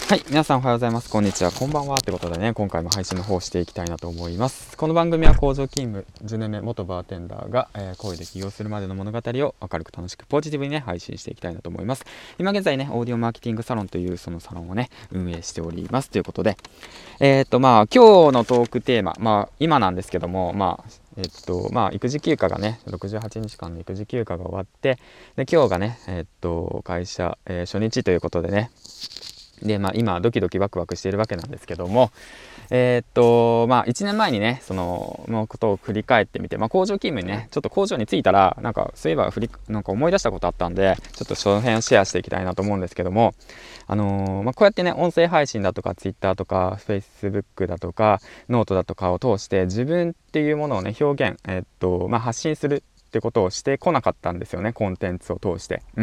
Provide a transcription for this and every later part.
はい、皆さんおはようございます。こんにちは、こんばんはということでね、今回も配信の方していきたいなと思います。この番組は工場勤務10年目元バーテンダーが、恋で起業するまでの物語を明るく楽しくポジティブにね、配信していきたいなと思います。今現在ね、オーディオマーケティングサロンというそのサロンをね、運営しておりますということで、今日のトークテーマ、今なんですけども、育児休暇がね、68日間の育児休暇が終わって、で、今日がね、会社、初日ということでね、で、今ドキドキワクワクしているわけなんですけども、1年前にね、そのことを振り返ってみて、工場勤務にね、ちょっと工場に着いたら、そういえばなんか思い出したことあったんで、ちょっとその辺をシェアしていきたいなと思うんですけども、こうやってね、音声配信だとか、Twitter とか、Facebook だとか、ノートだとかを通して、自分っていうものをね、表現、発信するってことをしてこなかったんですよね、コンテンツを通して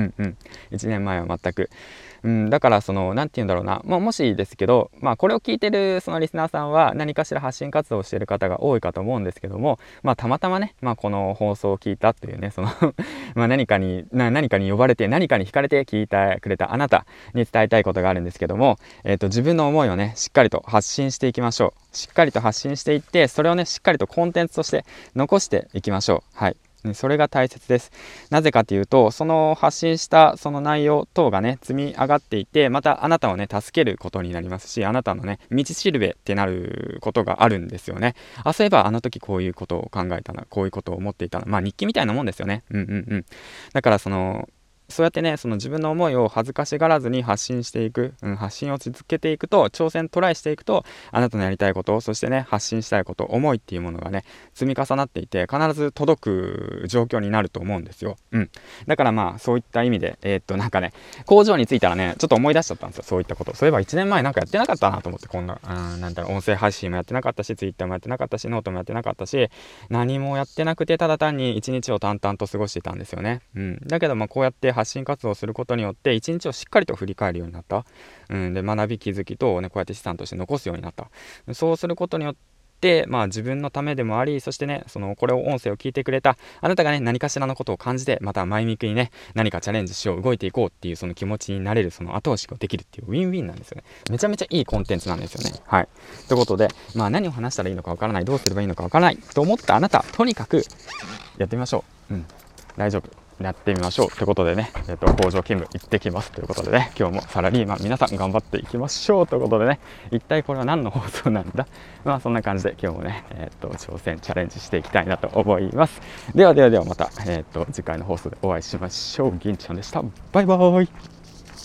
。1年前は全く。だからなんて言うんだろうな、もしですけど、これを聞いてるそのリスナーさんは何かしら発信活動をしている方が多いかと思うんですけども、たまたまね、この放送を聞いたっていうね、何かに呼ばれて、何かに惹かれて聞いてくれたあなたに伝えたいことがあるんですけども、自分の思いをね、しっかりと発信していきましょう。しっかりと発信していって、それをね、しっかりとコンテンツとして残していきましょう。はい。それが大切です。なぜかというと、その発信したその内容等がね、積み上がっていて、またあなたをね、助けることになりますし、あなたのね、道しるべってなることがあるんですよね。そういえばあの時こういうことを考えたな、こういうことを思っていたな。日記みたいなもんですよね。だからそうやってね、その自分の思いを恥ずかしがらずに発信していく、発信を続けていくと、トライしていくと、あなたのやりたいこと、そしてね、発信したいこと、思いっていうものがね、積み重なっていて、必ず届く状況になると思うんですよ。だからそういった意味で、工場に着いたらね、ちょっと思い出しちゃったんですよ、そういったこと。そういえば1年前なんかやってなかったなと思って、こんな、音声配信もやってなかったし、Twitter もやってなかったし、ノートもやってなかったし、何もやってなくて、ただ単に一日を淡々と過ごしていたんですよね。だけどこうやって発信活動をすることによって一日をしっかりと振り返るようになった。で、学び気づきとね、こうやって資産として残すようになった。そうすることによって、自分のためでもあり、そしてね、これを音声を聞いてくれたあなたがね、何かしらのことを感じて、また前向きにね、何かチャレンジしよう、動いていこうっていうその気持ちになれる、その後押しができるっていうウィンウィンなんですよね。めちゃめちゃいいコンテンツなんですよね。はい。ということで、何を話したらいいのかわからない、どうすればいいのかわからないと思ったあなた、とにかくやってみましょう。大丈夫。やってみましょうということでね、工場勤務行ってきますということでね、今日もサラリーマン皆さん頑張っていきましょうということでね、一体これは何の放送なんだ。そんな感じで今日もね、挑戦チャレンジしていきたいなと思います。ではまた、次回の放送でお会いしましょう。銀ちゃんでした。バイバーイ。